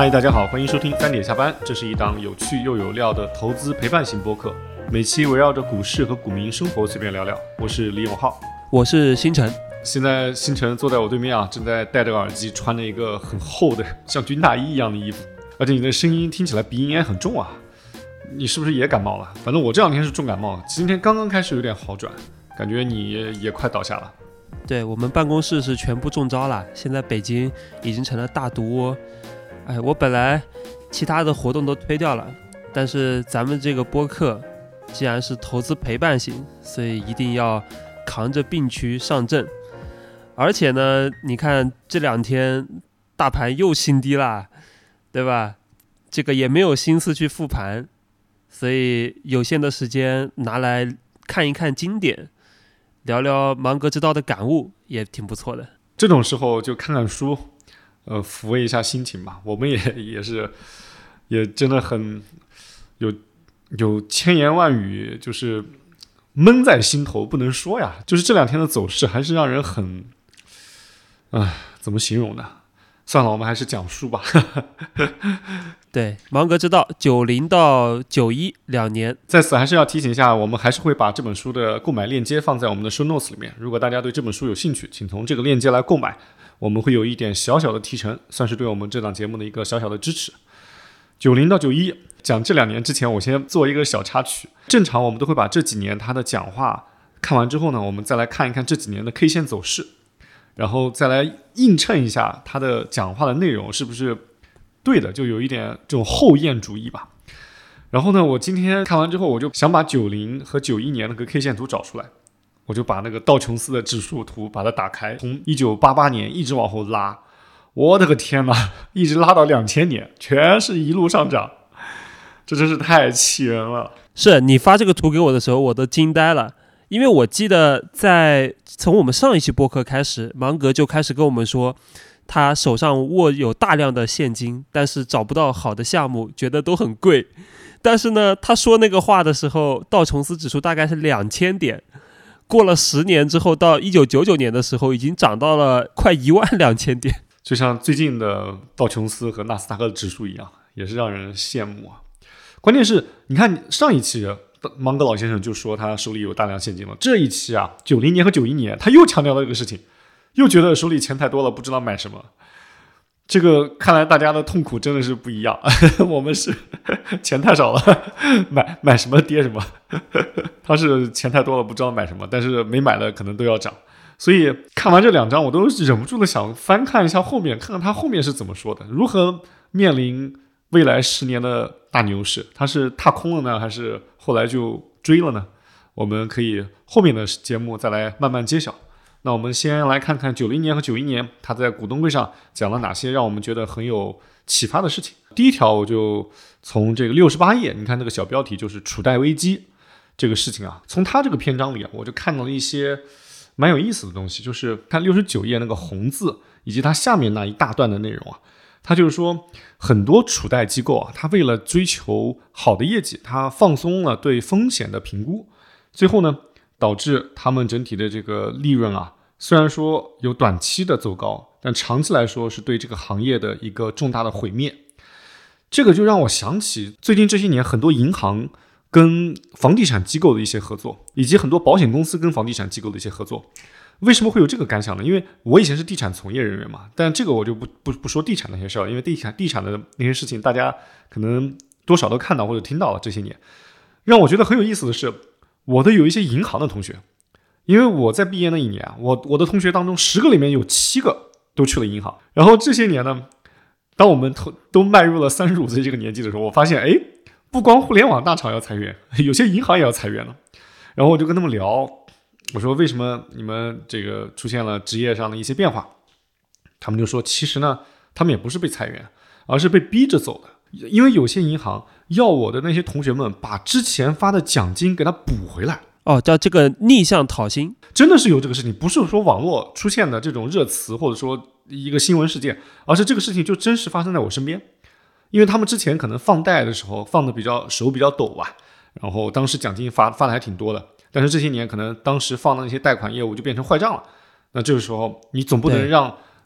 嗨，大家好，欢迎收听3点下班，这是一档有趣又有料的投资陪伴型播客，每期围绕着股市和股民生活随便聊聊。我是李永浩， 我是星辰。 现在星辰坐在我对面啊，正在戴着耳机，穿着一个很厚的像军大衣一样的衣服，而且你的声音听起来鼻音也很重啊，你是不是也感冒了？反正我这2天是重感冒，今天刚刚开始有点好转，感觉你也快倒下了。 对，我们办公室是全部中招了，现在北京已经成了大毒窝。我本来其他的活动都推掉了，但是咱们这个播客既然是投资陪伴型，所以一定要扛着病躯上阵。而且呢，你看这2天大盘又新低啦，对吧？这个也没有心思去复盘，所以有限的时间拿来看一看经典，聊聊芒格之道的感悟，也挺不错的。 这种时候就看看书，抚慰一下心情吧。我们也真的很有千言万语，就是闷在心头不能说呀。就是这2天的走势还是让人很，怎么形容呢？算了，我们还是讲书吧。 对，芒格之道90到91 2年。 在此还是要提醒一下，我们还是会把这本书的购买链接放在我们的 show notes 里面。如果大家对这本书有兴趣，请从这个链接来购买，我们会有一点小小的提成，算是对我们这档节目的一个小小的支持。90到91，讲这2年之前，我先做一个小插曲。正常我们都会把这几年他的讲话看完之后呢，我们再来看一看这几年的 K 线走势，然后再来映衬一下他的讲话的内容是不是对的，就有一点这种后验主义吧。然后呢，我今天看完之后，我就想把90和91年那个 K 线图找出来，我就把那个道琼斯的指数图把它打开，从1988年一直往后拉，我的个天哪，一直拉到2000年，全是一路上涨，这真是太气人了。 是你发这个图给我的时候，我都惊呆了，因为我记得从我们上一期播客开始，芒格就开始跟我们说，他手上握有大量的现金，但是找不到好的项目，觉得都很贵。但是呢，他说那个话的时候，道琼斯指数大概是2000点，过了10年之后，到1999年的时候，已经涨到了快12000点。 就像最近的道琼斯和纳斯达克的指数一样，也是让人羡慕啊。关键是你看上一期芒格老先生就说他手里有大量现金了，这一期啊90年和91年他又强调了这个事情，又觉得手里钱太多了，不知道买什么。这个看来大家的痛苦真的是不一样。我们是钱太少了，买什么跌什么。他是钱太多了，不知道买什么，但是没买的可能都要涨。所以看完这2章，我都忍不住的想翻看一下后面，看看他后面是怎么说的，如何面临未来10年的大牛市。他是踏空了呢，还是后来就追了呢？我们可以后面的节目再来慢慢揭晓。那我们先来看看90年和91年他在股东会上讲了哪些让我们觉得很有启发的事情。第一条，我就从这个68页，你看这个小标题就是储贷危机这个事情啊。从他这个篇章里啊，我就看到了一些蛮有意思的东西，就是看69页那个红字以及它下面那一大段的内容啊。他就是说，很多储贷机构啊，他为了追求好的业绩，他放松了对风险的评估，最后呢导致他们整体的这个利润啊，虽然说有短期的走高，但长期来说是对这个行业的一个重大的毁灭。这个就让我想起最近这些年很多银行跟房地产机构的一些合作，以及很多保险公司跟房地产机构的一些合作。为什么会有这个感想呢？因为我以前是地产从业人员嘛，但这个我就不说地产那些事儿，因为地产的那些事情大家可能多少都看到或者听到了。这些年让我觉得很有意思的是，我的有一些银行的同学，因为我在毕业那一年，我的同学当中10个里面有7个都去了银行。然后这些年呢，当我们都迈入了35岁这个年纪的时候，我发现不光互联网大厂要裁员，有些银行也要裁员了。然后我就跟他们聊，我说为什么你们这个出现了职业上的一些变化？他们就说其实呢，他们也不是被裁员，而是被逼着走的。因为有些银行要我的那些同学们把之前发的奖金给他补回来。 叫这个逆向讨薪， 真的是有这个事情，不是说网络出现的这种热词或者说一个新闻事件，而是这个事情就真实发生在我身边。因为他们之前可能放贷的时候放的手比较抖吧，然后当时奖金发的还挺多的，但是这些年可能当时放的那些贷款业务就变成坏账了。那这个时候你总不能让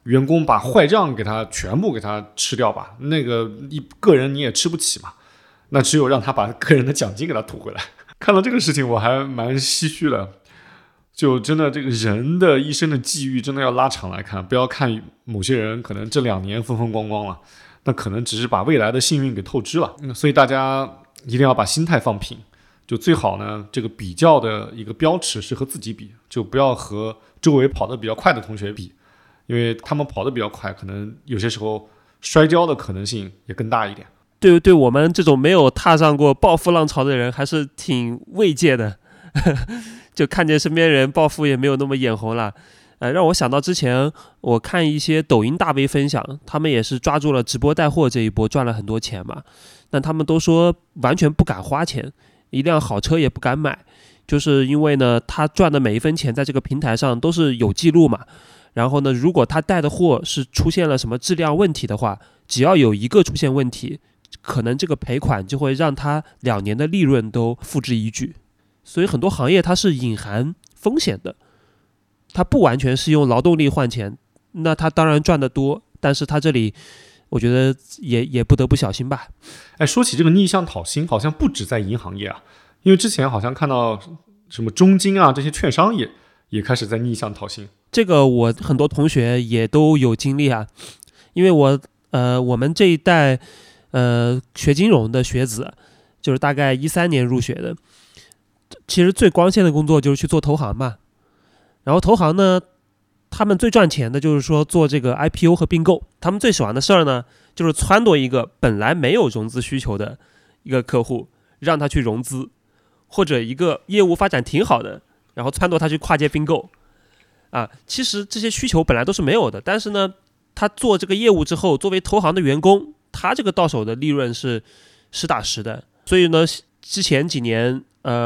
员工把坏账给他全部给他吃掉吧，那个个人你也吃不起嘛，那只有让他把个人的奖金给他吐回来。看到这个事情我还蛮唏嘘的，就真的这个人的一生的际遇真的要拉长来看，不要看某些人可能这2年风风光光了，那可能只是把未来的幸运给透支了。所以大家一定要把心态放平，就最好呢这个比较的一个标尺是和自己比，就不要和周围跑得比较快的同学比，因为他们跑得比较快，可能有些时候摔跤的可能性也更大一点。 对我们这种没有踏上过暴富浪潮的人还是挺慰藉的就看见身边人暴富也没有那么眼红了。让我想到之前我看一些抖音大 V 分享，他们也是抓住了直播带货这一波赚了很多钱嘛，但他们都说完全不敢花钱，一辆好车也不敢买，就是因为呢他赚的每一分钱在这个平台上都是有记录嘛，然后呢如果他带的货是出现了什么质量问题的话，只要有一个出现问题，可能这个赔款就会让他2年的利润都付之一炬。所以很多行业它是隐含风险的，它不完全是用劳动力换钱，那它当然赚得多，但是它这里我觉得也不得不小心吧。 说起这个逆向讨薪，好像不止在银行业啊，因为之前好像看到什么中金啊这些券商也开始在逆向讨薪。 这个我很多同学也都有经历啊，因为我们这一代学金融的学子，就是大概13年入学的，其实最光鲜的工作就是去做投行嘛。然后投行呢，他们最赚钱的就是说做这个 IPO 和并购，他们最喜欢的事儿呢，就是撺掇一个本来没有融资需求的一个客户，让他去融资，或者一个业务发展挺好的，然后撺掇他去跨界并购。其实这些需求本来都是没有的，但是呢，他做这个业务之后，作为投行的员工，他这个到手的利润是实打实的。所以呢，之前几年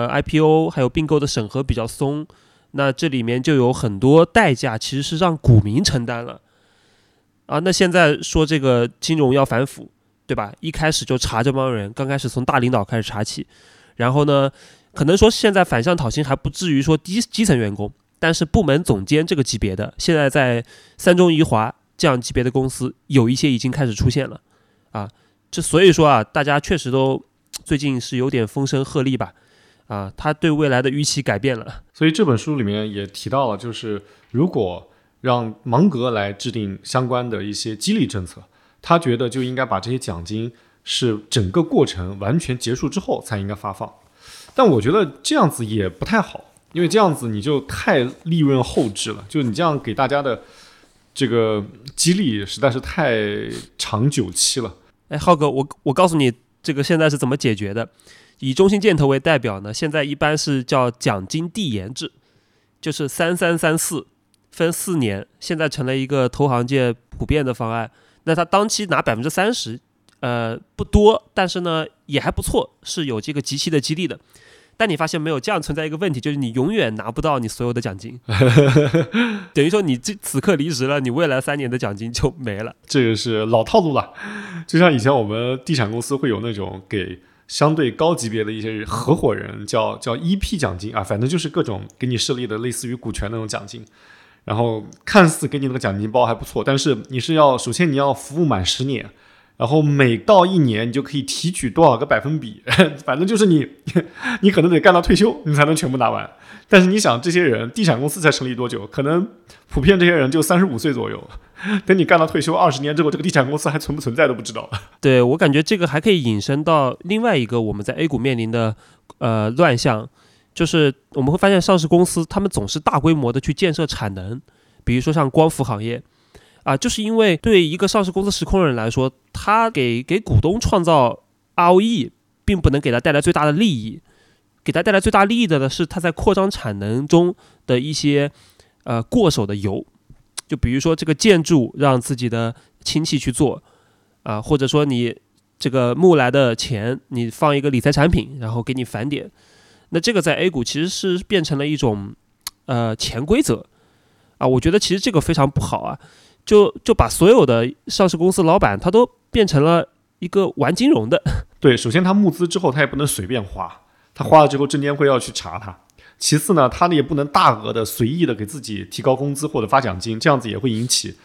IPO 还有并购的审核比较松，那这里面就有很多代价其实是让股民承担了那现在说这个金融要反腐，对吧？一开始就查这帮人，刚开始从大领导开始查起，然后呢，可能说现在反向讨薪还不至于说基层员工，但是部门总监这个级别的，现在在三中一华这样级别的公司有一些已经开始出现了这所以说大家确实都最近是有点风声鹤唳吧他对未来的预期改变了。 所以这本书里面也提到了，就是如果让芒格来制定相关的一些激励政策，他觉得就应该把这些奖金是整个过程完全结束之后才应该发放。但我觉得这样子也不太好，因为这样子你就太利润后置了，就你这样给大家的这个激励实在是太长久期了。 浩哥，我告诉你这个现在是怎么解决的。以中信建投为代表呢，现在一般是叫奖金递延制，就是3334分4年，现在成了一个投行界普遍的方案。那他当期拿30%，不多，但是呢也还不错，是有这个极其的激励的。但你发现没有，这样存在一个问题，就是你永远拿不到你所有的奖金等于说你此刻离职了，你未来3年的奖金就没了。 这个是老套路了，就像以前我们地产公司会有那种给相对高级别的一些合伙人叫 EP 奖金反正就是各种给你设立的类似于股权那种奖金，然后看似给你那个奖金包还不错，但是你是首先你要服务满10年，然后每到1年你就可以提取多少个%，反正就是你可能得干到退休你才能全部拿完。但是你想这些人地产公司才成立多久，可能普遍这些人就35岁左右，等你干到退休20年之后，这个地产公司还存不存在都不知道。 对，我感觉这个还可以引申到另外一个我们在 A 股面临的乱象，就是我们会发现上市公司他们总是大规模的去建设产能，比如说像光伏行业就是因为对一个上市公司实控人来说，他给股东创造 ROE 并不能给他带来最大的利益，给他带来最大利益的呢是他在扩张产能中的一些过手的油，就比如说这个建筑让自己的亲戚去做或者说你这个募来的钱你放一个理财产品然后给你返点，那这个在 A 股其实是变成了一种潜规则我觉得其实这个非常不好就把所有的上市公司老板他都变成了一个玩金融的。 对，首先他募资之后他也不能随便花，他花了之后证监会要去查他。其次呢，他也不能大额的随意的给自己提高工资或者发奖金，这样子也会引起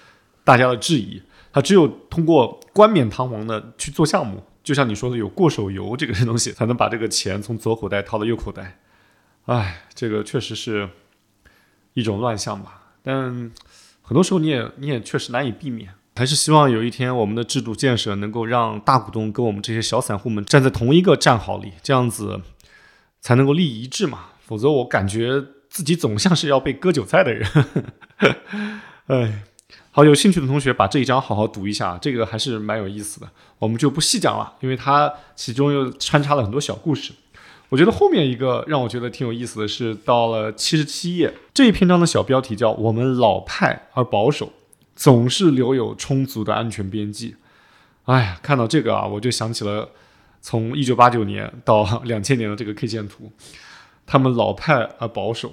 大家的质疑，他只有通过冠冕堂皇的去做项目，就像你说的有过手游这个东西，才能把这个钱从左口袋掏到右口袋。哎，这个确实是一种乱象吧，但很多时候你也确实难以避免。还是希望有一天我们的制度建设能够让大股东跟我们这些小散户们站在同一个战壕里，这样子才能够利益一致嘛。否则我感觉自己总像是要被割韭菜的人。哎，好，有兴趣的同学把这一章好好读一下，这个还是蛮有意思的，我们就不细讲了，因为它其中又穿插了很多小故事。我觉得后面一个让我觉得挺有意思的是，到了77页这一篇章的小标题叫我们老派而保守，总是留有充足的安全边际。哎呀，看到这个啊，我就想起了从1989年到2000年的这个 K 线图，他们老派而保守。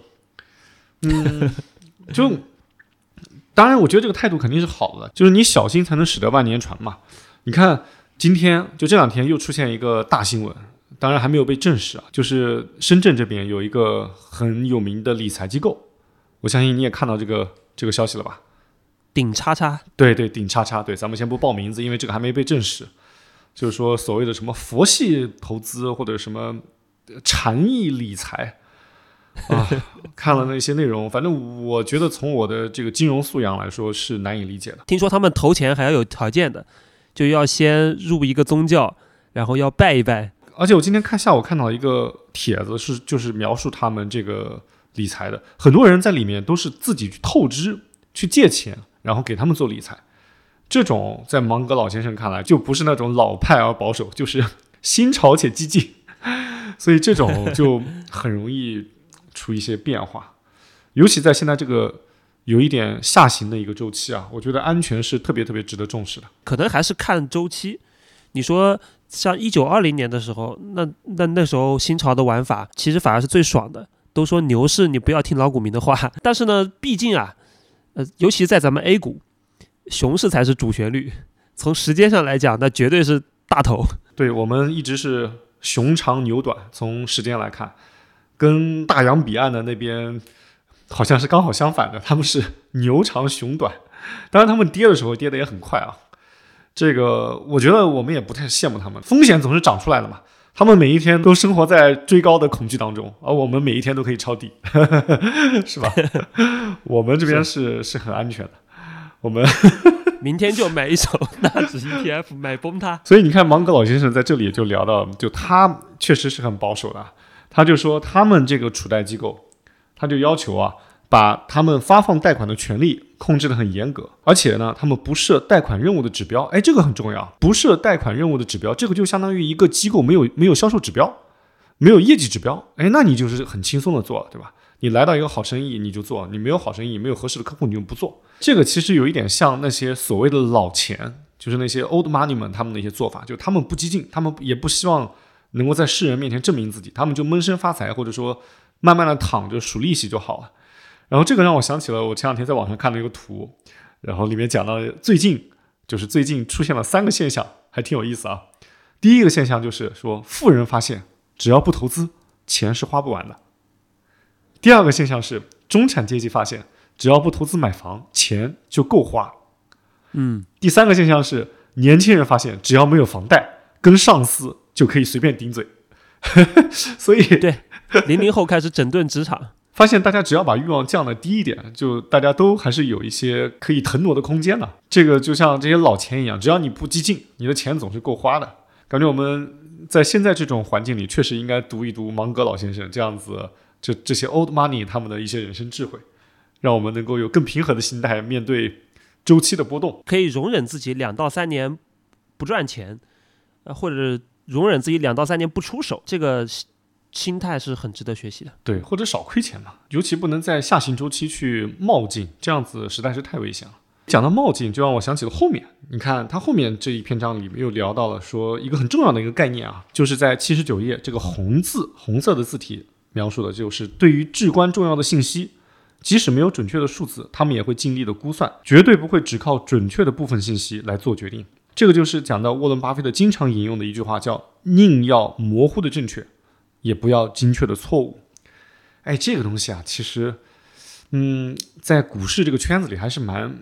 就当然我觉得这个态度肯定是好的，就是你小心才能使得万年船嘛。你看今天就这2天又出现一个大新闻，当然还没有被证实啊，就是深圳这边有一个很有名的理财机构，我相信你也看到这个消息了吧？ 顶叉叉， 对，顶叉叉，对，咱们先不报名字，因为这个还没被证实。就是说所谓的什么佛系投资或者什么禅意理财啊，看了那些内容，反正我觉得从我的这个金融素养来说是难以理解的。 听说他们投钱还要有条件的，就要先入一个宗教，然后要拜一拜。 而且我今天下午看到一个帖子就是描述他们这个理财的，很多人在里面都是自己去透支去借钱，然后给他们做理财。这种在芒格老先生看来就不是那种老派而保守，就是新潮且激进，所以这种就很容易出一些变化。尤其在现在这个有一点下行的一个周期啊，我觉得安全是特别特别值得重视的。 可能还是看周期。你说像1920年的时候，那时候新潮的玩法其实反而是最爽的。都说牛市你不要听老股民的话，但是呢，毕竟啊，尤其在咱们 A 股，熊市才是主旋律。从时间上来讲，那绝对是大头。 对，我们一直是熊长牛短，从时间来看，跟大洋彼岸的那边好像是刚好相反的，他们是牛长熊短。当然他们跌的时候跌的也很快啊，这个我觉得我们也不太羡慕他们，风险总是长出来的嘛。他们每一天都生活在追高的恐惧当中，而我们每一天都可以抄底，是吧？我们这边是很安全的。我们明天就买一手纳指 ETF， 买崩它。 所以你看，芒格老先生在这里就聊到，就他确实是很保守的。他就说，他们这个储贷机构，他就要求啊，把他们发放贷款的权利控制得很严格，而且呢，他们不设贷款任务的指标。哎，这个很重要，不设贷款任务的指标，这个就相当于一个机构没有销售指标，没有业绩指标，哎，那你就是很轻松的做，对吧？你来到一个好生意你就做，你没有好生意，没有合适的客户你就不做。这个其实有一点像那些所谓的老钱，就是那些 old money 们他们的一些做法，就他们不激进，他们也不希望能够在世人面前证明自己，他们就闷声发财，或者说慢慢的躺着数利息就好了。然后这个让我想起了我前2天在网上看了一个图，然后里面讲到最近出现了3个现象，还挺有意思啊。第一个现象就是说，富人发现只要不投资，钱是花不完的。第二个现象是，中产阶级发现只要不投资买房，钱就够花。第三个现象是，年轻人发现只要没有房贷，跟上司就可以随便顶嘴。所以对，00后开始整顿职场， 发现大家只要把欲望降得低一点，就大家都还是有一些可以腾挪的空间的。这个就像这些老钱一样，只要你不激进，你的钱总是够花的。感觉我们在现在这种环境里，确实应该读一读芒格老先生这样子，这些 old money 他们的一些人生智慧，让我们能够有更平和的心态面对周期的波动， 可以容忍自己2到3年不赚钱，或者容忍自己2到3年不出手，这个心态是很值得学习的。 对，或者少亏钱嘛，尤其不能在下行周期去冒进，这样子实在是太危险了。讲到冒进，就让我想起了后面，你看他后面这一篇章里面又聊到了说一个很重要的一个概念啊，就是在79页这个红色的字体描述的就是对于至关重要的信息，即使没有准确的数字，他们也会尽力的估算，绝对不会只靠准确的部分信息来做决定。这个就是讲到沃伦巴菲特经常引用的一句话，叫宁要模糊的正确，也不要精确的错误。哎，这个东西啊，其实在股市这个圈子里还是蛮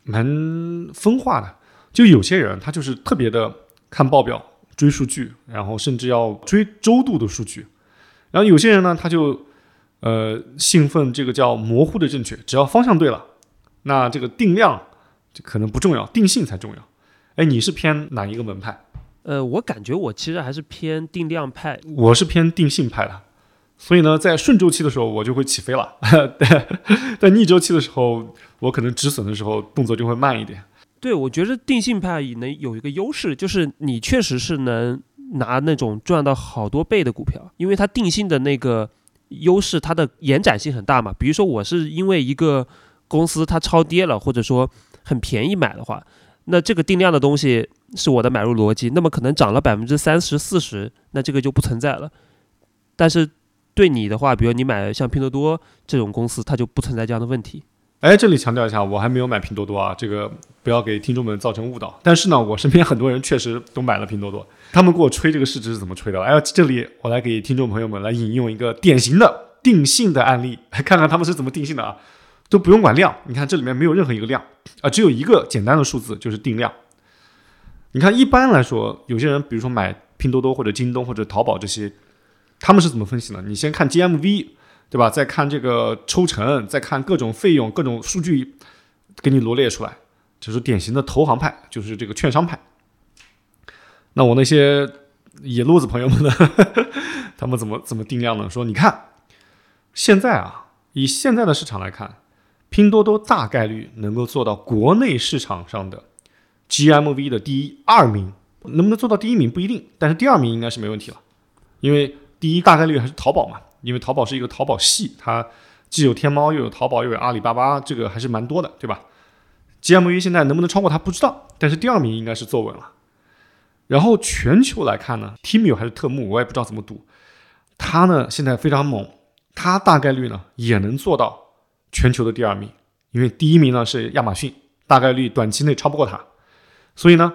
蛮分化的。就有些人他就是特别的看报表追数据，然后甚至要追周度的数据。然后有些人呢，他就兴奋这个叫模糊的正确，只要方向对了，那这个定量可能不重要，定性才重要。哎，你是偏哪一个门派？ 我感觉我其实还是偏定量派。 我是偏定性派的。所以呢，在顺周期的时候我就会起飞了，在逆周期的时候，我可能止损的时候动作就会慢一点。 对，我觉得定性派也能有一个优势，就是你确实是能拿那种赚到好多倍的股票，因为它定性的那个优势，它的延展性很大嘛。比如说我是因为一个公司它超跌了，或者说很便宜买的话，那这个定量的东西是我的买入逻辑，那么可能涨了30%-40%，那这个就不存在了。但是对你的话，比如你买像拼多多这种公司，它就不存在这样的问题。 哎，这里强调一下，我还没有买拼多多啊，这个不要给听众们造成误导。但是呢，我身边很多人确实都买了拼多多，他们给我吹这个市值是怎么吹的？哎，这里我来给听众朋友们来引用一个典型的定性的案例，看看他们是怎么定性的啊，都不用管量。你看这里面没有任何一个量啊，只有一个简单的数字，就是定量。你看一般来说，有些人比如说买拼多多或者京东或者淘宝这些，他们是怎么分析呢？你先看 GMV。对吧？再看这个抽成，再看各种费用、各种数据，给你罗列出来，就是典型的投行派，就是这个券商派。那我那些野路子朋友们呢，他们怎么定量呢？说你看，现在啊，以现在的市场来看，拼多多大概率能够做到国内市场上的 GMV 的第2名，能不能做到第1名不一定，但是第2名应该是没问题了，因为第一大概率还是淘宝嘛。因为淘宝是一个淘宝系，它既有天猫又有淘宝又有阿里巴巴，这个还是蛮多的，对吧？ GMV 现在能不能超过它不知道，但是第2名应该是坐稳了。然后全球来看呢， Temu 还是特目我也不知道怎么读，它呢现在非常猛，它大概率呢也能做到全球的第2名，因为第1名呢是亚马逊，大概率短期内超不过它，所以呢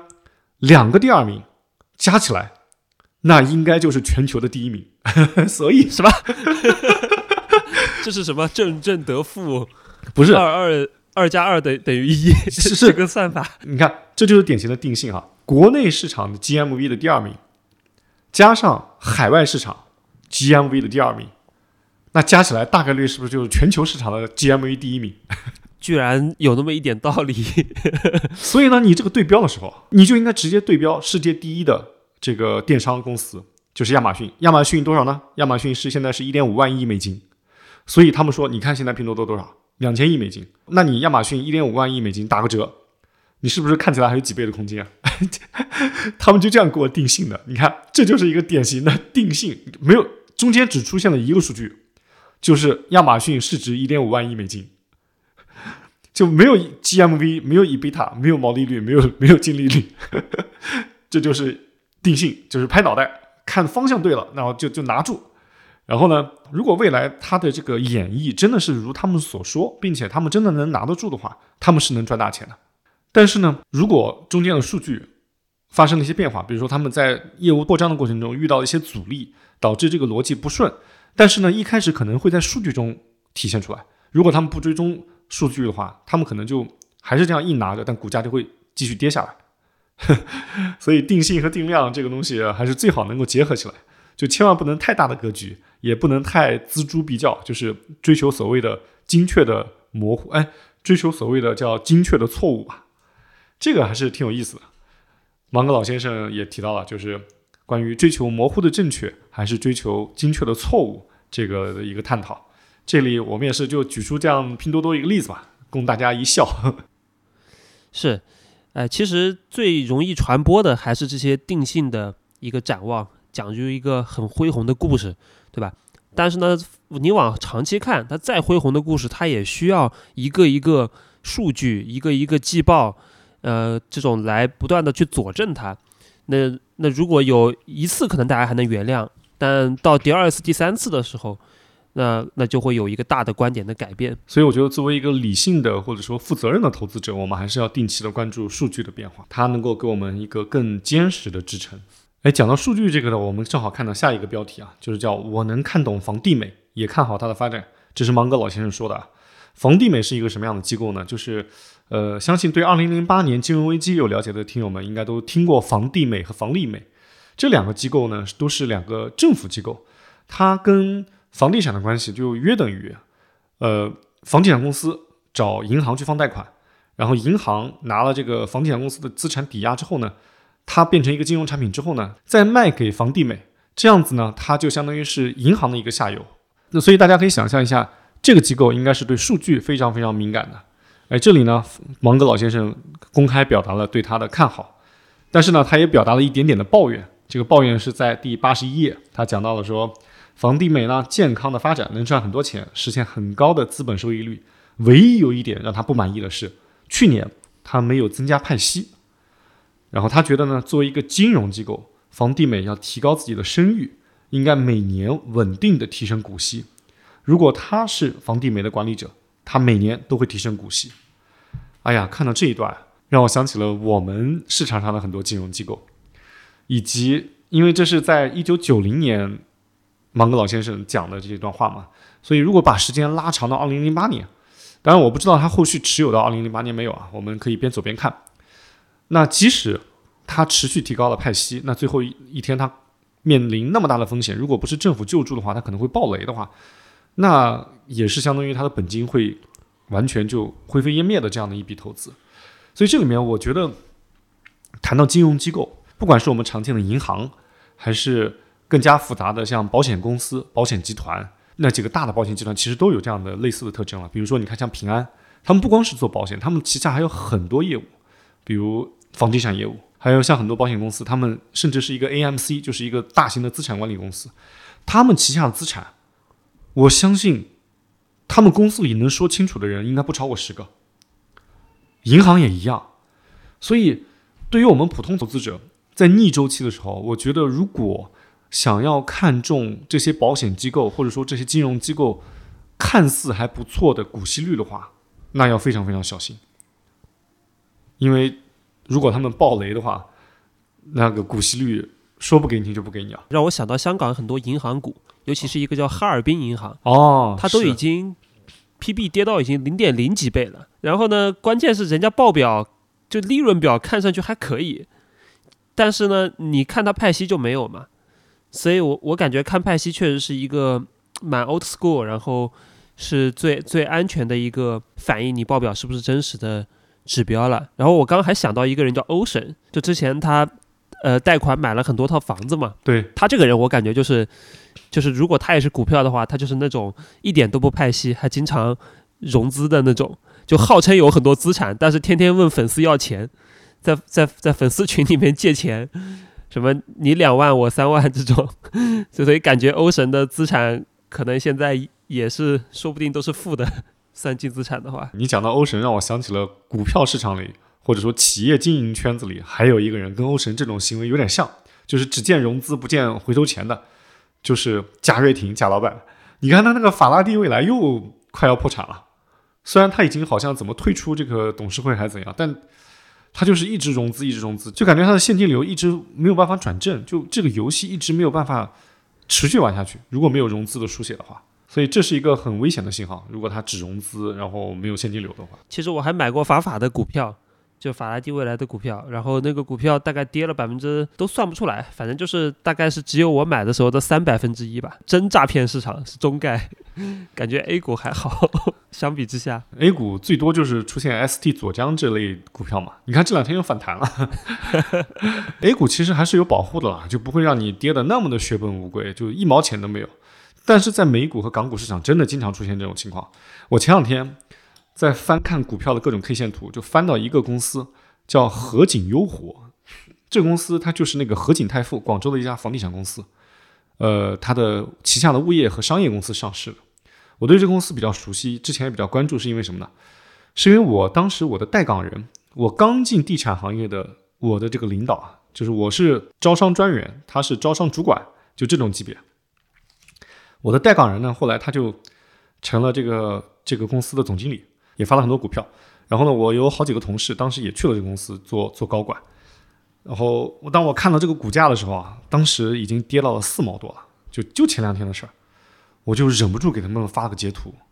2个第2名加起来那应该就是全球的第1名。所以什么？这是什么正正得负？ 不是 2加2等于1，是这个算法。 你看，这就是典型的定性哈。国内市场的 GMV 的第2名，加上海外市场 GMV 的第2名，那加起来大概率是不是就是全球市场的 GMV 第1名？ 居然有那么一点道理。 所以呢，你这个对标的时候，你就应该直接对标世界第1的这个电商公司。就是亚马逊，亚马逊多少呢？亚马逊现在是1.5万亿美金，所以他们说，你看现在拼多多多少？2000亿美金，那你亚马逊1.5万亿美金打个折，你是不是看起来还有几倍的空间啊？他们就这样给我定性的，你看，这就是一个典型的定性，没有中间只出现了一个数据，就是亚马逊市值1.5万亿美金，就没有 GMV， 没有 EBITDA， 没有毛利率，没有净利率，这就是定性，就是拍脑袋。看方向对了，然后就拿住。然后呢，如果未来他的这个演绎真的是如他们所说，并且他们真的能拿得住的话，他们是能赚大钱的。但是呢，如果中间的数据发生了一些变化，比如说他们在业务扩张的过程中遇到一些阻力，导致这个逻辑不顺，但是呢，一开始可能会在数据中体现出来。如果他们不追踪数据的话，他们可能就还是这样硬拿着，但股价就会继续跌下来。所以定性和定量这个东西还是最好能够结合起来，就千万不能太大的格局，也不能太锱铢必较，就是追求所谓的精确的模糊，追求所谓的叫精确的错误吧，这个还是挺有意思的。芒格老先生也提到了，就是关于追求模糊的正确还是追求精确的错误这个的一个探讨。这里我们也是就举出这样拼多多一个例子吧，供大家一笑。 是。其实最容易传播的还是这些定性的一个展望，讲究一个很恢宏的故事，对吧？但是呢，你往长期看，它再恢宏的故事，它也需要一个一个数据，一个一个季报，这种来不断的去佐证它。那如果有一次可能大家还能原谅，但到第2次、第3次的时候，那就会有一个大的观点的改变。 所以我觉得作为一个理性的或者说负责任的投资者，我们还是要定期的关注数据的变化，它能够给我们一个更坚实的支撑。讲到数据这个呢，我们正好看到下一个标题啊，就是叫我能看懂房地美，也看好它的发展，这是芒格老先生说的啊。 房地美是一个什么样的机构呢？就是相信对2008年金融危机有了解的听友们应该都听过房地美和房利美这两个机构呢，都是两个政府机构，它跟房地产的关系就约等于房地产公司找银行去放贷款，然后银行拿了这个房地产公司的资产抵押之后呢，它变成一个金融产品之后呢，再卖给房地美，这样子呢，它就相当于是银行的一个下游。那所以大家可以想象一下，这个机构应该是对数据非常非常敏感的。这里呢，芒格老先生公开表达了对他的看好，但是呢，他也表达了一点点的抱怨。这个抱怨是在第81页，他讲到了说，房地美呢健康的发展，能赚很多钱，实现很高的资本收益率。唯一有一点让他不满意的是，去年他没有增加派息。然后他觉得呢，作为一个金融机构，房地美要提高自己的声誉，应该每年稳定的提升股息。如果他是房地美的管理者，他每年都会提升股息。哎呀，看到这一段，让我想起了我们市场上的很多金融机构，以及因为这是在1990年芒格老先生讲的这段话嘛，所以如果把时间拉长到2008年，当然我不知道他后续持有到2008年没有啊，我们可以边走边看。那即使他持续提高了派息，那最后一天他面临那么大的风险，如果不是政府救助的话，他可能会爆雷的话，那也是相当于他的本金会完全就灰飞烟灭的这样的一笔投资。所以这里面我觉得谈到金融机构，不管是我们常见的银行，还是更加复杂的像保险公司、保险集团，那几个大的保险集团其实都有这样的类似的特征了。比如说你看像平安，他们不光是做保险，他们旗下还有很多业务，比如房地产业务，还有像很多保险公司，他们甚至是一个 AMC， 就是一个大型的资产管理公司，他们旗下的资产，我相信他们公司里能说清楚的人应该不超过10个。银行也一样。所以对于我们普通投资者，在逆周期的时候，我觉得如果想要看中这些保险机构或者说这些金融机构看似还不错的股息率的话，那要非常非常小心。因为如果他们爆雷的话，那个股息率说不给你就不给你啊。 让我想到香港很多银行股，尤其是一个叫哈尔滨银行，它都已经 PB 跌到已经0.0几倍了。然后呢，关键是人家报表就利润表看上去还可以，但是呢，你看它派息就没有嘛。所以我感觉看派息确实是一个蛮 old school， 然后是最安全的一个反映你报表是不是真实的指标了。然后我刚刚还想到一个人叫 Ocean， 就之前他贷款买了很多套房子嘛。 对， 他这个人我感觉就是如果他也是股票的话，他就是那种一点都不派息，还经常融资的那种，就号称有很多资产，但是天天问粉丝要钱，在粉丝群里面借钱，什么你2万我3万这种，所以感觉欧神的资产可能现在也是说不定都是负的，算净资产的话。 你讲到欧神，让我想起了股票市场里或者说企业经营圈子里还有一个人跟欧神这种行为有点像，就是只见融资不见回头钱的，就是贾跃亭贾老板。你看他那个法拉第未来又快要破产了，虽然他已经好像怎么退出这个董事会还是怎样，但他就是一直融资一直融资，就感觉他的现金流一直没有办法转正，就这个游戏一直没有办法持续玩下去，如果没有融资的书写的话。所以这是一个很危险的信号，如果他只融资然后没有现金流的话。 其实我还买过法的股票，就法拉第未来的股票，然后那个股票大概跌了都算不出来，反正就是大概是只有我买的时候的100%吧。真诈骗市场是中概，感觉 A 股还好，相比之下 A 股最多就是出现 ST 左江这类股票嘛，你看这2天又反弹了A 股其实还是有保护的啦，就不会让你跌的那么的血本无归，就1毛钱都没有。但是在美股和港股市场真的经常出现这种情况。我前2天在翻看股票的各种 K 线图，就翻到一个公司叫合景优活，这个公司它就是那个合景泰富广州的一家房地产公司，它的旗下的物业和商业公司上市的。我对这个公司比较熟悉，之前也比较关注，是因为什么呢？是因为我当时我的带岗人，我刚进地产行业的我的这个领导，就是我是招商专员，他是招商主管，就这种级别。我的带岗人呢，后来他就成了这个公司的总经理，也发了很多股票。然后呢，我有好几个同事当时也去了这个公司做高管。然后当我看到这个股价的时候啊，当时已经跌到了4毛多了，就前2天的事儿，我就忍不住给他们发了个截图。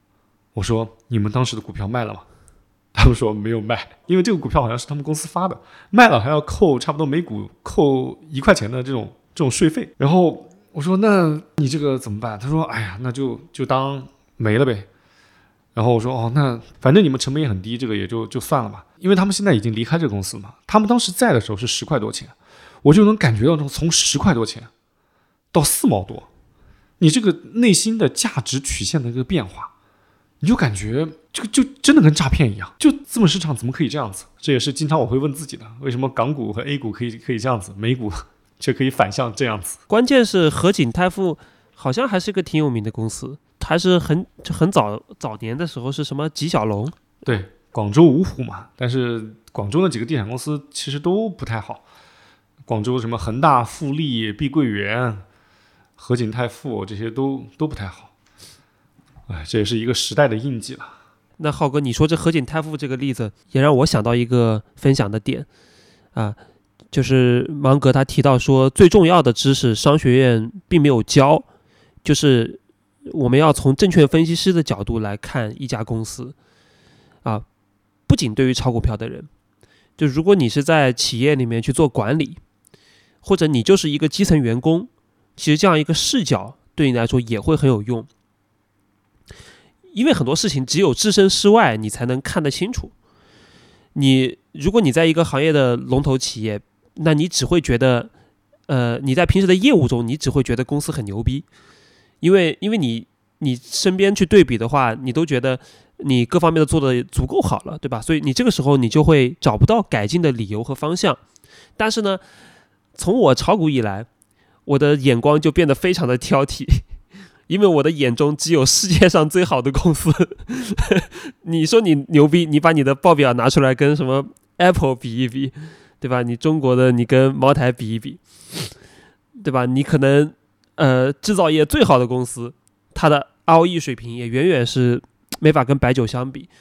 我说你们当时的股票卖了吗？他们说没有卖，因为这个股票好像是他们公司发的，卖了还要扣差不多每股扣1块钱的这种税费。然后我说那你这个怎么办？他说哎呀，那就当没了呗。然后我说哦，那反正你们成本也很低，这个也就算了吧。因为他们现在已经离开这个公司了嘛，他们当时在的时候是10块多钱，我就能感觉到从10块多钱到4毛多，你这个内心的价值曲线的一个变化，你就感觉这个就真的跟诈骗一样，就资本市场怎么可以这样子？这也是经常我会问自己的，为什么港股和 A 股可以这样子，美股却可以反向这样子？ 关键是河景泰富好像还是一个挺有名的公司，还是很早年的时候是什么纪晓龙？ 对，广州芜湖嘛，但是广州的几个地产公司其实都不太好，广州什么恒大、富力、碧桂园、河景泰富这些都不太好。哎，这也是一个时代的印记了。 那浩哥，你说这河景泰富这个例子，也让我想到一个分享的点啊，就是芒格他提到说，最重要的知识商学院并没有教，就是我们要从证券分析师的角度来看一家公司啊。不仅对于炒股票的人，就如果你是在企业里面去做管理，或者你就是一个基层员工，其实这样一个视角对你来说也会很有用。因为很多事情只有置身事外你才能看得清楚。如果你在一个行业的龙头企业，那你只会觉得你在平时的业务中你只会觉得公司很牛逼，因为你身边去对比的话，你都觉得你各方面都做得足够好了，对吧？所以你这个时候你就会找不到改进的理由和方向。但是呢，从我炒股以来，我的眼光就变得非常的挑剔，因为我的眼中只有世界上最好的公司。你说你牛逼，你把你的报表拿出来跟什么 Apple 比一比，对吧？你中国的你跟茅台比一比，对吧？你可能制造业最好的公司，它的 ROE 水平也远远是没法跟白酒相比。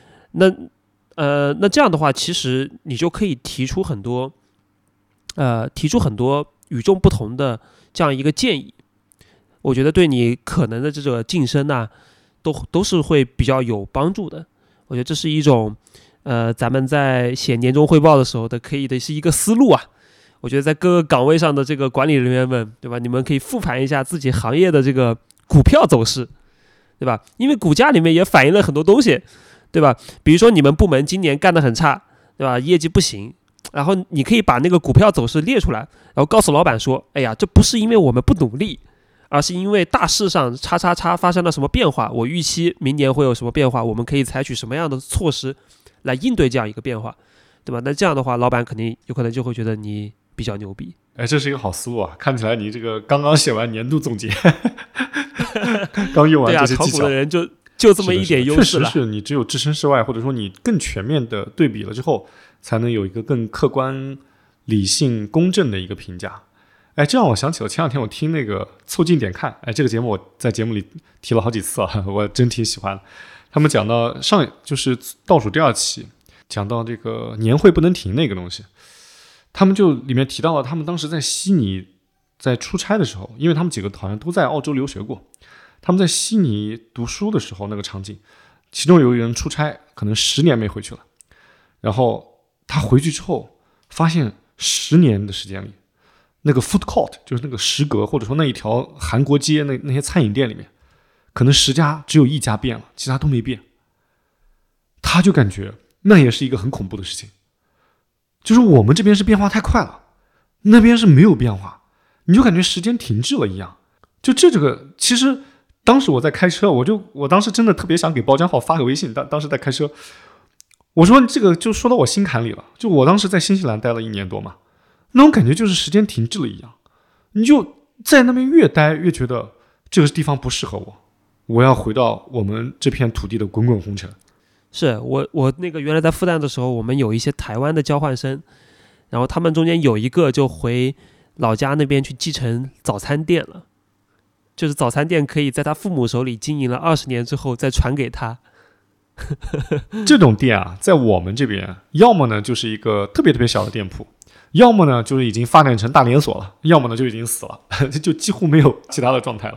那这样的话，其实你就可以提出很多与众不同的这样一个建议。我觉得对你可能的这个晋升啊，都是会比较有帮助的。我觉得这是一种咱们在写年终汇报的时候可以的是一个思路啊。我觉得在各个岗位上的这个管理人员们，对吧？你们可以复盘一下自己行业的这个股票走势，对吧？因为股价里面也反映了很多东西，对吧？比如说你们部门今年干得很差，对吧？业绩不行，然后你可以把那个股票走势列出来，然后告诉老板说，哎呀，这不是因为我们不努力，而是因为大势上叉叉叉发生了什么变化，我预期明年会有什么变化，我们可以采取什么样的措施来应对这样一个变化，对吧？那这样的话，老板肯定有可能就会觉得你比较牛逼。 哎，这是一个好思路啊！看起来你这个刚刚写完年度总结，刚用完这些技巧， 对啊，炒股的人就这么一点优势了。 确实是你只有置身事外，或者说你更全面的对比了之后，才能有一个更客观、理性、公正的一个评价。哎，这让我想起了前两天我听那个凑近点看，哎，这个节目我在节目里提了好几次啊，我真挺喜欢的。他们讲到就是倒数第2期，讲到这个年会不能停那个东西，他们就里面提到了他们当时在悉尼在出差的时候，因为他们几个好像都在澳洲留学过，他们在悉尼读书的时候那个场景，其中有一个人出差可能10年没回去了，然后他回去之后发现10年的时间里，那个 food court 就是那个食阁，或者说那一条韩国街那些餐饮店里面，可能10家只有1家变了，其他都没变。他就感觉那也是一个很恐怖的事情，就是我们这边是变化太快了，那边是没有变化，你就感觉时间停滞了一样。就这个其实当时我在开车，我当时真的特别想给包江浩发个微信，当时在开车，我说这个就说到我心坎里了。就我当时在新西兰待了1年多嘛，那种感觉就是时间停滞了一样，你就在那边越待越觉得这个地方不适合我，我要回到我们这片土地的滚滚红尘。 是我那个原来在复旦的时候，我们有一些台湾的交换生，然后他们中间有一个就回老家那边去继承早餐店了，就是早餐店可以在他父母手里经营了20年之后再传给他。 这种店啊，在我们这边要么呢就是一个特别特别小的店铺，要么呢就是已经发展成大连锁了，要么呢就已经死了，就几乎没有其他的状态了。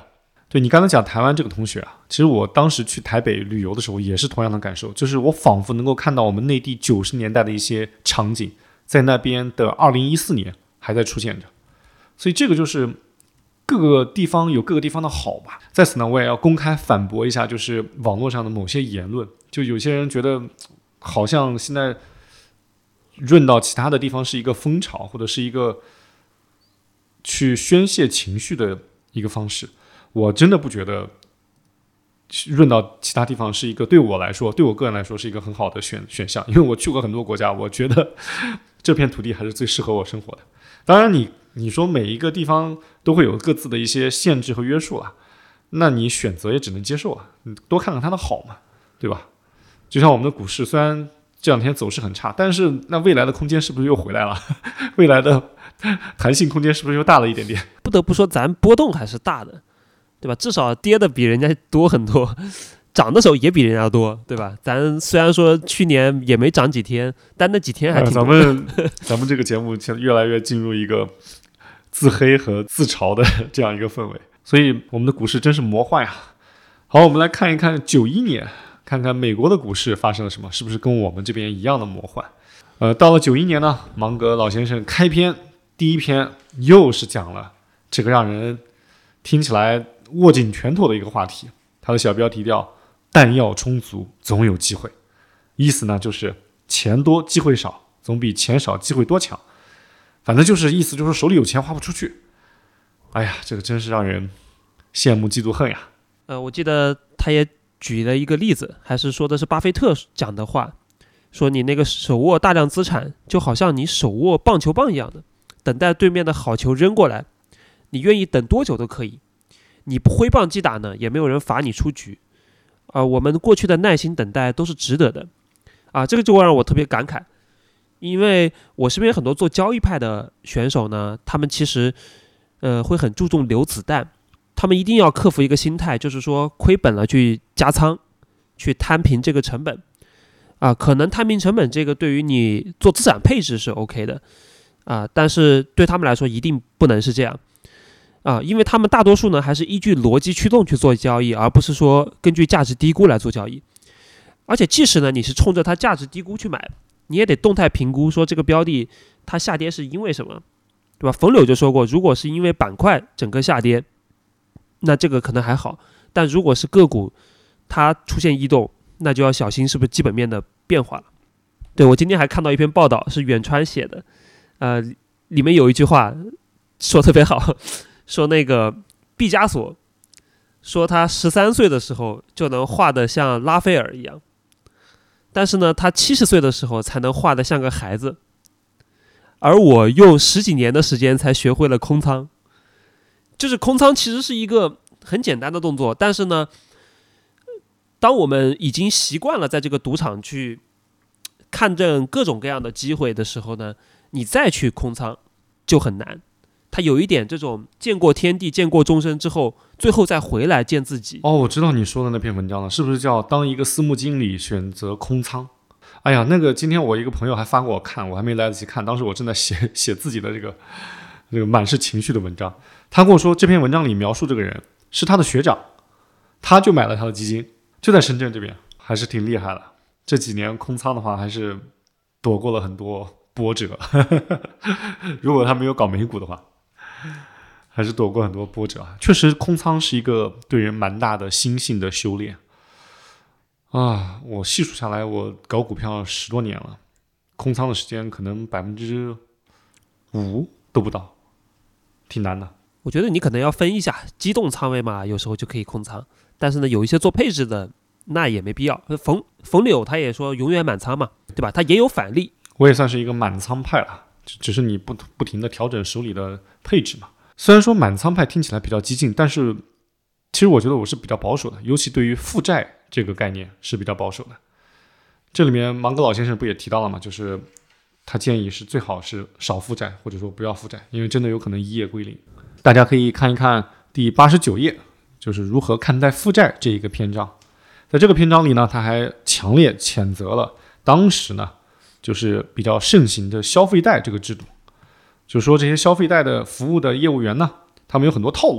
对，你刚才讲台湾这个同学啊，其实我当时去台北旅游的时候也是同样的感受，就是我仿佛能够看到我们内地90年代的一些场景，在那边的2014年还在出现着。所以这个就是各个地方有各个地方的好吧。在此呢，我也要公开反驳一下，就是网络上的某些言论，就有些人觉得好像现在润到其他的地方是一个风潮，或者是一个去宣泄情绪的一个方式。我真的不觉得润到其他地方是一个对我来说，对我个人来说是一个很好的选项，因为我去过很多国家，我觉得这片土地还是最适合我生活的。当然你说每一个地方都会有各自的一些限制和约束啊，那你选择也只能接受啊，你多看看它的好嘛，对吧？就像我们的股市，虽然这两天走势很差，但是那未来的空间是不是又回来了？未来的弹性空间是不是又大了一点点？ 不得不说，咱波动还是大的，对吧？至少跌的比人家多很多，涨的时候也比人家多，对吧？咱虽然说去年也没涨几天，但那几天还挺多。 咱们这个节目现在越来越进入一个自黑和自嘲的这样一个氛围，所以我们的股市真是魔幻呀。好，我们来看一看91年，看看美国的股市发生了什么，是不是跟我们这边一样的魔幻？到了91年呢，芒格老先生开篇第一篇又是讲了这个让人听起来握紧拳头的一个话题，他的小标题叫弹药充足总有机会，意思呢就是钱多机会少总比钱少机会多强，反正就是意思就是手里有钱花不出去。哎呀，这个真是让人羡慕嫉妒恨呀。 我记得他也举了一个例子，还是说的是巴菲特讲的话，说你那个手握大量资产就好像你手握棒球棒一样的，等待对面的好球扔过来，你愿意等多久都可以，你不挥棒击打呢，也没有人罚你出局。我们过去的耐心等待都是值得的。这个就会让我特别感慨，因为我身边很多做交易派的选手呢，他们其实会很注重留子弹，他们一定要克服一个心态，就是说亏本了去加仓，去摊平这个成本。可能摊平成本这个对于你做资产配置是 OK 的，但是对他们来说一定不能是这样。因为他们大多数呢还是依据逻辑驱动去做交易，而不是说根据价值低估来做交易。而且即使呢你是冲着它价值低估去买，你也得动态评估说这个标的它下跌是因为什么，对吧？冯柳就说过，如果是因为板块整个下跌，那这个可能还好，但如果是个股它出现异动，那就要小心是不是基本面的变化了。对，我今天还看到一篇报道是远川写的，里面有一句话说特别好，说那个毕加索说他13岁的时候就能画得像拉斐尔一样，但是呢他70岁的时候才能画得像个孩子，而我用10几年的时间才学会了空仓。就是空仓其实是一个很简单的动作，但是呢当我们已经习惯了在这个赌场去看证各种各样的机会的时候呢，你再去空仓就很难。他有一点这种见过天地见过众生之后，最后再回来见自己。 我知道你说的那篇文章了，是不是叫当一个私募经理选择空仓？哎呀，那个今天我一个朋友还发给我看，我还没来得及看，当时我正在写自己的这个满是情绪的文章。他跟我说这篇文章里描述这个人是他的学长，他就买了他的基金，就在深圳这边，还是挺厉害的。这几年空仓的话还是躲过了很多波折如果他没有搞美股的话，还是躲过很多波折。确实空仓是一个对人蛮大的心性的修炼我细数下来，我搞股票10多年了，空仓的时间可能5%都不到，挺难的。 我觉得你可能要分一下，机动仓位嘛，有时候就可以空仓，但是呢有一些做配置的那也没必要。冯柳他也说永远满仓嘛，对吧？他也有反例。 我也算是一个满仓派了，只是你不停的调整手里的配置嘛。虽然说满仓派听起来比较激进，但是其实我觉得我是比较保守的，尤其对于负债这个概念是比较保守的。这里面芒格老先生不也提到了吗？就是他建议是最好是少负债，或者说不要负债，因为真的有可能一夜归零。大家可以看一看第89页，就是如何看待负债这一个篇章。在这个篇章里呢，他还强烈谴责了当时呢就是比较盛行的消费贷这个制度，就是说这些消费贷的服务的业务员呢，他们有很多套路，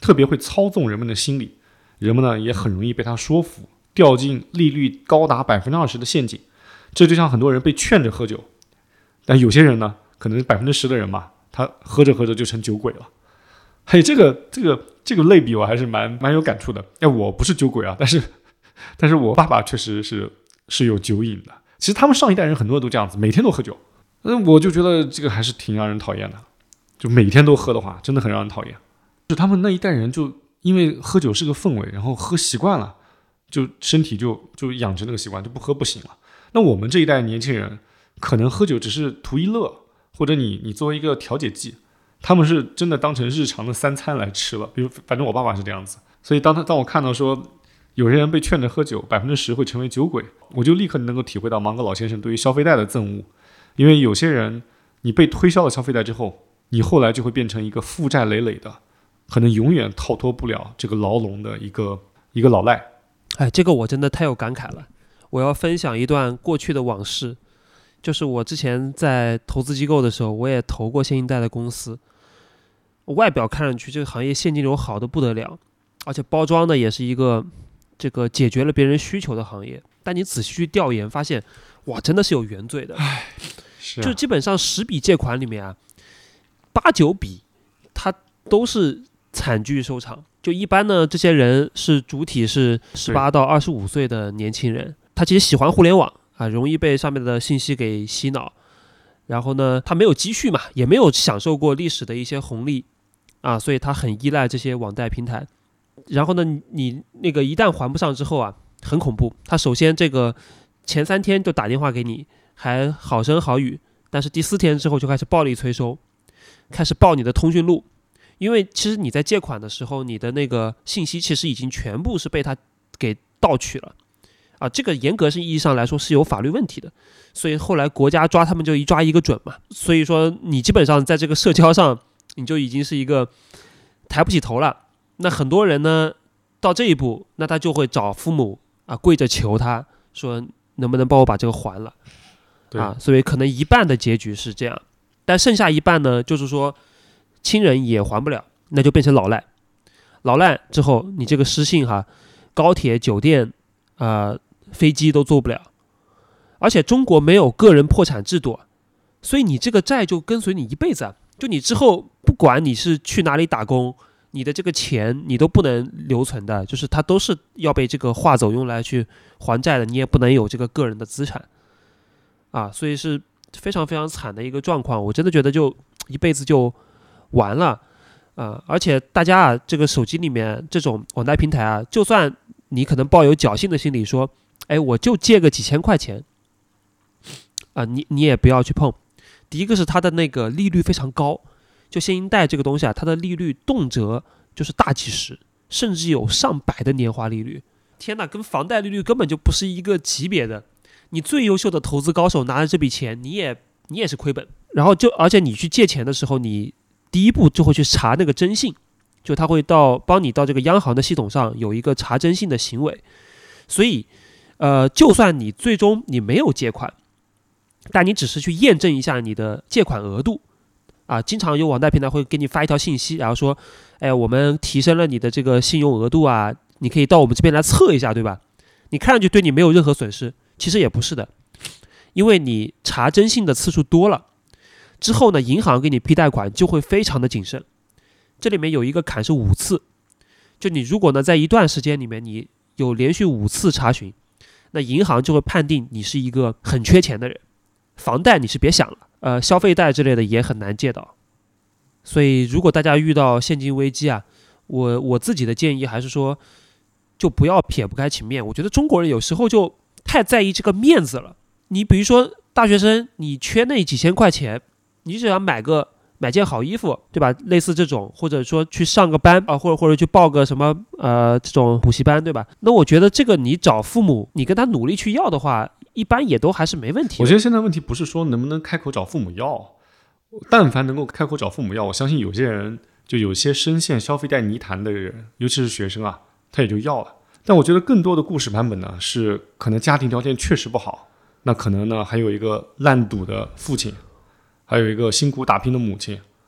特别会操纵人们的心理，人们呢也很容易被他说服，掉进利率高达20%的陷阱。这就像很多人被劝着喝酒，但有些人呢，可能10%的人嘛，他喝着喝着就成酒鬼了。嘿，这个类比我还是蛮有感触的。我不是酒鬼啊，但是我爸爸确实是有酒瘾的。其实他们上一代人很多都这样子，每天都喝酒。我就觉得这个还是挺让人讨厌的，就每天都喝的话，真的很让人讨厌。就他们那一代人就因为喝酒是个氛围，然后喝习惯了，就身体就养成那个习惯，就不喝不行了。那我们这一代年轻人可能喝酒只是图一乐，或者你作为一个调节剂，他们是真的当成日常的3餐来吃了。比如反正我爸爸是这样子，所以当我看到说有些人被劝着喝酒，10%会成为酒鬼，我就立刻能够体会到芒格老先生对于消费贷的憎恶。因为有些人你被推销了消费贷之后，你后来就会变成一个负债累累的，可能永远逃脱不了这个牢笼的一个老赖。 这个我真的太有感慨了。我要分享一段过去的往事，就是我之前在投资机构的时候，我也投过现金贷的公司。外表看上去这个行业现金流好得不得了，而且包装的也是一个这个解决了别人需求的行业。但你仔细去调研，发现哇，真的是有原罪的。就基本上10笔借款里面啊，8、9笔它都是惨剧收场。就一般呢，这些人是主体是18到25岁的年轻人，他其实喜欢互联网啊，容易被上面的信息给洗脑。然后呢，他没有积蓄嘛，也没有享受过历史的一些红利啊，所以他很依赖这些网贷平台。然后呢，你那个一旦还不上之后啊，很恐怖。他首先这个前3天就打电话给你，还好声好语，但是第4天之后就开始暴力催收，开始报你的通讯录。因为其实你在借款的时候，你的那个信息其实已经全部是被他给盗取了啊，这个严格意义上来说是有法律问题的，所以后来国家抓他们就一抓一个准嘛。所以说你基本上在这个社交上，你就已经是一个抬不起头了。那很多人呢到这一步，那他就会找父母啊，跪着求他说能不能帮我把这个还了啊。所以可能一半的结局是这样，但剩下一半呢，就是说亲人也还不了，那就变成老赖。老赖之后，你这个失信高铁、酒店、飞机都做不了，而且中国没有个人破产制度，所以你这个债就跟随你一辈子。就你之后不管你是去哪里打工，你的这个钱你都不能留存的，就是它都是要被这个划走用来去还债的，你也不能有这个个人的资产啊，所以是非常非常惨的一个状况。我真的觉得就一辈子就完了而且大家这个手机里面这种网贷平台就算你可能抱有侥幸的心理说，我就借个几千块钱你也不要去碰。第一个是它的那个利率非常高，就现金贷这个东西它的利率动辄就是大几十，甚至有上百的年化利率。天哪，跟房贷利率根本就不是一个级别的。你最优秀的投资高手拿着这笔钱，你也是亏本。然后而且你去借钱的时候，你第一步就会去查那个征信，就他会帮你到这个央行的系统上有一个查征信的行为。所以就算你最终你没有借款，但你只是去验证一下你的借款额度经常有网贷平台会给你发一条信息，然后说我们提升了你的这个信用额度你可以到我们这边来测一下，对吧？你看上去对你没有任何损失，其实也不是的。因为你查征信的次数多了之后呢，银行给你批贷款就会非常的谨慎。这里面有一个坎是5次，就你如果呢在一段时间里面你有连续5次查询，那银行就会判定你是一个很缺钱的人。房贷你是别想了，消费贷之类的也很难借到。所以如果大家遇到现金危机我自己的建议还是说，就不要撇不开情面。我觉得中国人有时候就太在意这个面子了。你比如说大学生，你缺那几千块钱，你只想买件好衣服，对吧？类似这种，或者说去上个班或者去报个什么这种补习班，对吧？那我觉得这个你找父母，你跟他努力去要的话，一般也都还是没问题的。 我觉得现在问题不是说能不能开口找父母要，但凡能够开口找父母要，我相信有些人就有些深陷消费贷泥潭的人，尤其是学生他也就要了。但我觉得更多的故事版本呢，是可能家庭条件确实不好，那可能呢还有一个烂赌的父亲，还有一个辛苦打拼的母亲，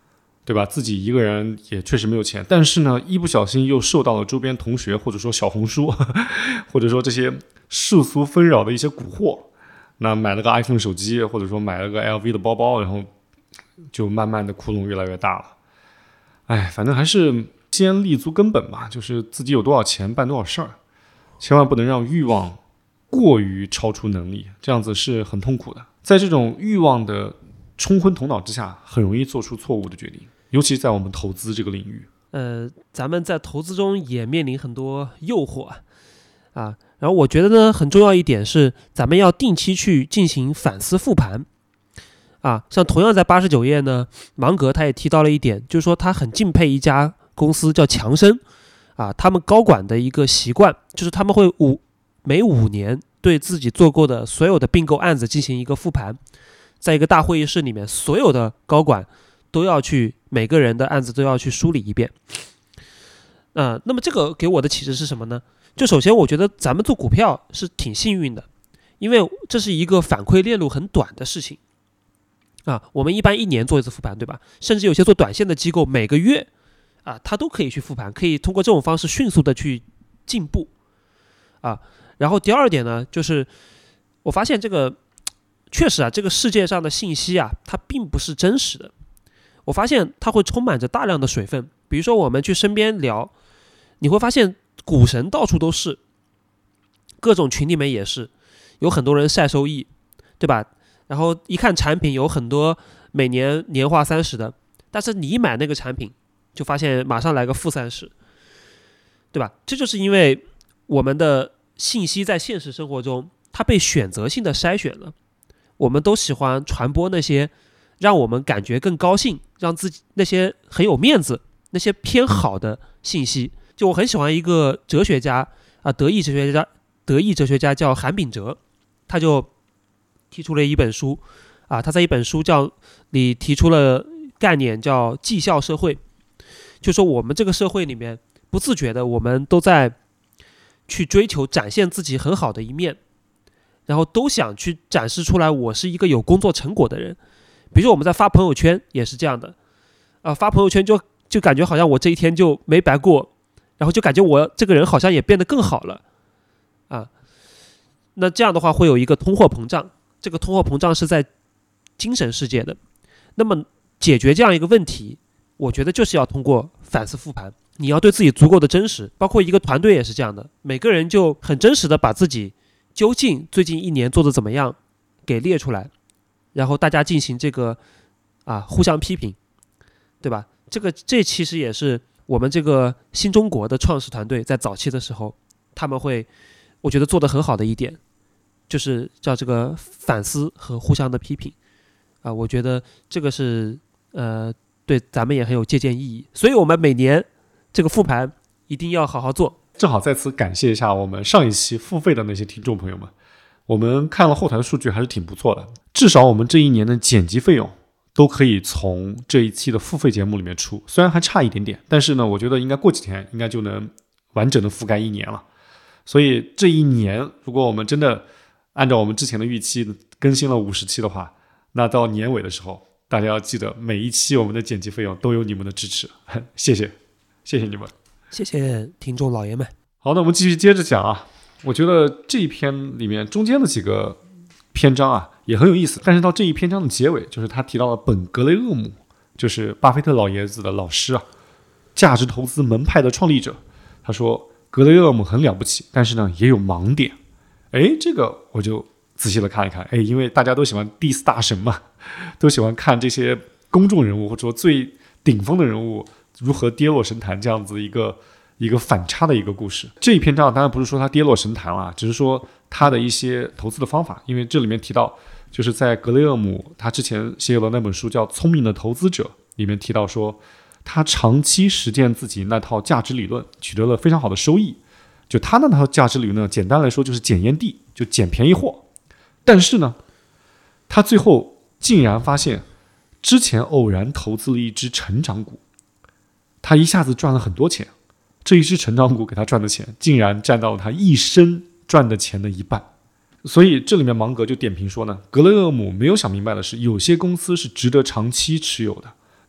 对吧？自己一个人也确实没有钱，但是呢，一不小心又受到了周边同学或者说小红书或者说这些世俗纷扰的一些蛊惑，那买了个 iPhone 手机，或者说买了个 LV 的包包，然后就慢慢的窟窿越来越大了。哎，反正还是先立足根本吧，就是自己有多少钱办多少事儿，千万不能让欲望过于超出能力，这样子是很痛苦的。在这种欲望的冲昏头脑之下，很容易做出错误的决定，尤其在我们投资这个领域。 咱们在投资中也面临很多诱惑啊。然后我觉得呢，很重要一点是，咱们要定期去进行反思复盘啊。像同样在89页呢，芒格他也提到了一点，就是说他很敬佩一家公司叫强生啊，他们高管的一个习惯就是他们会每5年对自己做过的所有的并购案子进行一个复盘，在一个大会议室里面，所有的高管都要去每个人的案子都要去梳理一遍。那么这个给我的启示是什么呢？就首先我觉得咱们做股票是挺幸运的，因为这是一个反馈链路很短的事情啊。我们一般1年做一次复盘，对吧？甚至有些做短线的机构每个月啊，它都可以去复盘，可以通过这种方式迅速的去进步啊。然后第二点呢，就是我发现这个确实啊，这个世界上的信息啊，它并不是真实的。我发现它会充满着大量的水分，比如说我们去身边聊，你会发现股神到处都是，各种群里面也是，有很多人晒收益，对吧？然后一看产品有很多每年年化30%的，但是你买那个产品，就发现马上来个负30%，对吧？这就是因为我们的信息在现实生活中，它被选择性的筛选了。我们都喜欢传播那些让我们感觉更高兴，让自己那些很有面子、那些偏好的信息。就我很喜欢一个哲学家啊，德意哲学家叫韩炳哲，他就提出了一本书啊，他在一本书里提出了概念叫绩效社会，就说我们这个社会里面不自觉的我们都在去追求展现自己很好的一面，然后都想去展示出来我是一个有工作成果的人。比如说我们在发朋友圈也是这样的发朋友圈就感觉好像我这一天就没白过，然后就感觉我这个人好像也变得更好了啊。那这样的话会有一个通货膨胀，这个通货膨胀是在精神世界的。那么解决这样一个问题，我觉得就是要通过反思复盘，你要对自己足够的真实，包括一个团队也是这样的，每个人就很真实的把自己究竟最近1年做的怎么样给列出来，然后大家进行这个互相批评，对吧？这其实也是我们这个新中国的创始团队在早期的时候，他们会我觉得做得很好的一点，就是叫这个反思和互相的批评我觉得这个是对咱们也很有借鉴意义。所以我们每年这个复盘一定要好好做。 正好在此感谢一下我们上一期付费的那些听众朋友们，我们看了后台的数据还是挺不错的，至少我们这1年的剪辑费用都可以从这一期的付费节目里面出，虽然还差一点点，但是呢，我觉得应该过几天应该就能完整的覆盖1年了。所以这1年如果我们真的按照我们之前的预期更新了50期的话，那到年尾的时候，大家要记得每一期我们的剪辑费用都有你们的支持，谢谢你们， 谢谢听众老爷们。 好，那我们继续接着讲啊。我觉得这一篇里面中间的几个篇章也很有意思，但是到这一篇章的结尾，就是他提到了本格雷厄姆，就是巴菲特老爷子的老师价值投资门派的创立者。他说格雷厄姆很了不起，但是呢也有盲点。这个我就仔细的看一看，因为大家都喜欢diss大神嘛，都喜欢看这些公众人物或者说最顶峰的人物如何跌落神坛，这样子一个反差的一个故事。这一篇章当然不是说他跌落神坛了，只是说他的一些投资的方法。因为这里面提到，就是在格雷厄姆他之前写有的那本书叫《聪明的投资者》，里面提到说他长期实践自己那套价值理论，取得了非常好的收益。就他那套价值理论简单来说就是捡烟蒂，就捡便宜货。但是呢，他最后竟然发现之前偶然投资了一只成长股，他一下子赚了很多钱，这一只成长股给他赚的钱竟然占到了他一生赚的钱的1半。所以这里面芒格就点评说呢，格雷厄姆没有想明白的是，有些公司是值得长期持有的，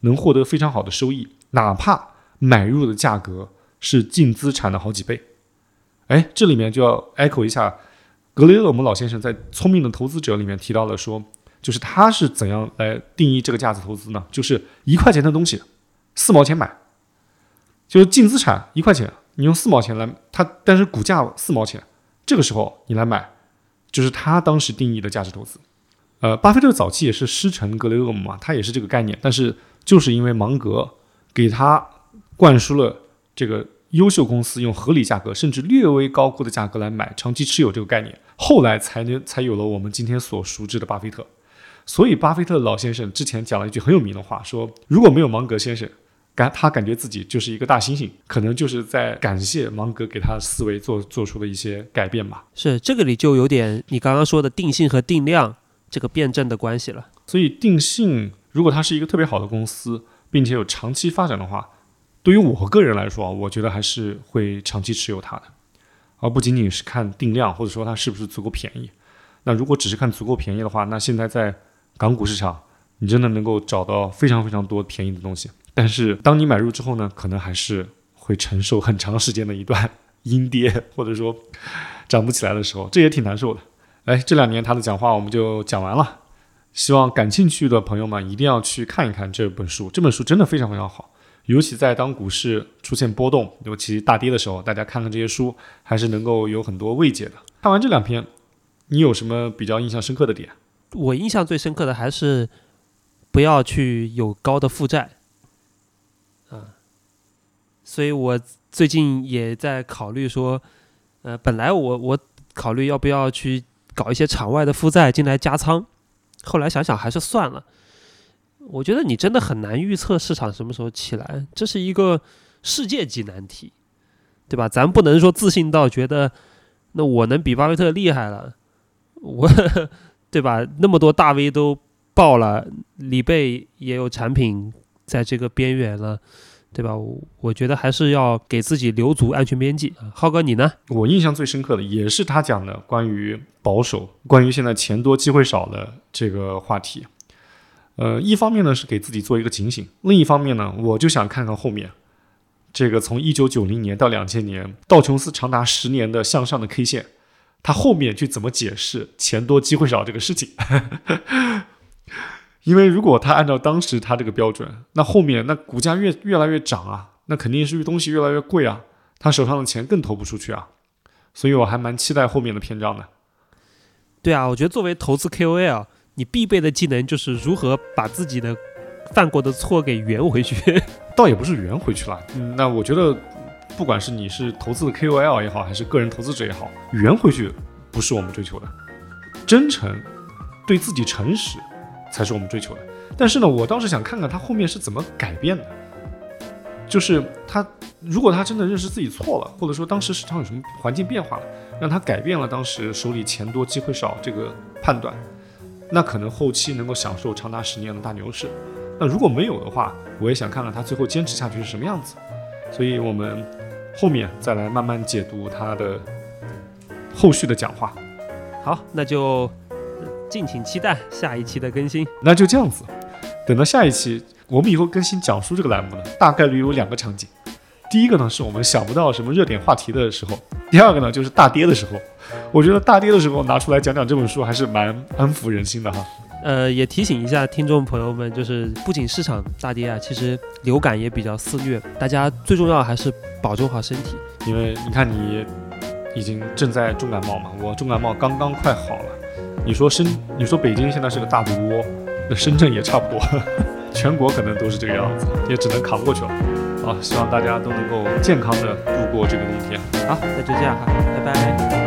能获得非常好的收益，哪怕买入的价格是净资产的好几倍。这里面就要 echo 一下格雷厄姆老先生在《聪明的投资者》里面提到了说，就是他是怎样来定义这个价值投资呢？就是1块钱的东西4毛钱买，就是净资产1块钱，你用4毛钱来，但是股价4毛钱，这个时候你来买，就是他当时定义的价值投资。巴菲特早期也是师承格雷厄姆嘛，他也是这个概念，但是就是因为芒格给他灌输了这个优秀公司用合理价格甚至略微高估的价格来买，长期持有这个概念，后来才有了我们今天所熟知的巴菲特。所以巴菲特老先生之前讲了一句很有名的话，说如果没有芒格先生，他感觉自己就是一个大猩猩，可能就是在感谢芒格给他的思维做出了一些改变吧。 是，这个里就有点你刚刚说的定性和定量这个辩证的关系了。 所以定性如果它是一个特别好的公司，并且有长期发展的话，对于我个人来说，我觉得还是会长期持有它的，而不仅仅是看定量，或者说它是不是足够便宜。那如果只是看足够便宜的话，那现在在港股市场你真的能够找到非常非常多便宜的东西，但是当你买入之后呢，可能还是会承受很长时间的一段阴跌，或者说涨不起来的时候，这也挺难受的。这2年他的讲话我们就讲完了，希望感兴趣的朋友们一定要去看一看这本书，这本书真的非常非常好，尤其在当股市出现波动，尤其大跌的时候，大家看看这些书还是能够有很多慰藉的。看完这2篇，你有什么比较印象深刻的点？ 我印象最深刻的还是不要去有高的负债所以我最近也在考虑说，本来我考虑要不要去搞一些场外的负债进来加仓，后来想想还是算了。我觉得你真的很难预测市场什么时候起来，这是一个世界级难题，对吧？咱不能说自信到觉得那我能比巴菲特厉害了，对吧？那么多大 V 都爆了，李贝也有产品在这个边缘了，对吧？我觉得还是要给自己留足安全边际。浩哥你呢？ 我印象最深刻的也是他讲的关于保守，关于现在钱多机会少的这个话题。一方面呢是给自己做一个警醒，另一方面呢我就想看看后面这个从1990年到2000年道琼斯长达10年的向上的 K 线，他后面去怎么解释钱多机会少这个事情。因为如果他按照当时他这个标准，那后面那股价越来越涨啊，那肯定是东西越来越贵啊，他手上的钱更投不出去啊，所以我还蛮期待后面的篇章的。 对啊，我觉得作为投资 KOL， 你必备的技能就是如何把自己的犯过的错给圆回去。 倒也不是圆回去了，那我觉得不管是你是投资的 KOL 也好，还是个人投资者也好，圆回去不是我们追求的，真诚对自己诚实才是我们追求的。但是呢，我倒是想看看他后面是怎么改变的，就是如果他真的认识自己错了，或者说当时市场有什么环境变化了，让他改变了当时手里钱多机会少这个判断，那可能后期能够享受长达10年的大牛市。那如果没有的话，我也想看看他最后坚持下去是什么样子。所以我们后面再来慢慢解读他的后续的讲话。 好，那就敬请期待下一期的更新。 那就这样子，等到下一期我们以后更新讲述这个栏目呢，大概率有2个场景。第一个呢是我们想不到什么热点话题的时候，第二个呢就是大跌的时候。我觉得大跌的时候拿出来讲讲这本书还是蛮安抚人心的哈。 也提醒一下听众朋友们，就是不仅市场大跌啊，其实流感也比较肆虐，大家最重要还是保重好身体。 因为你看你已经正在重感冒嘛，我重感冒刚刚快好了。你说北京现在是个大毒窝，那深圳也差不多，全国可能都是这个样子，也只能扛过去了。好，希望大家都能够健康的度过这个冬天。 好，那就这样哈，拜拜。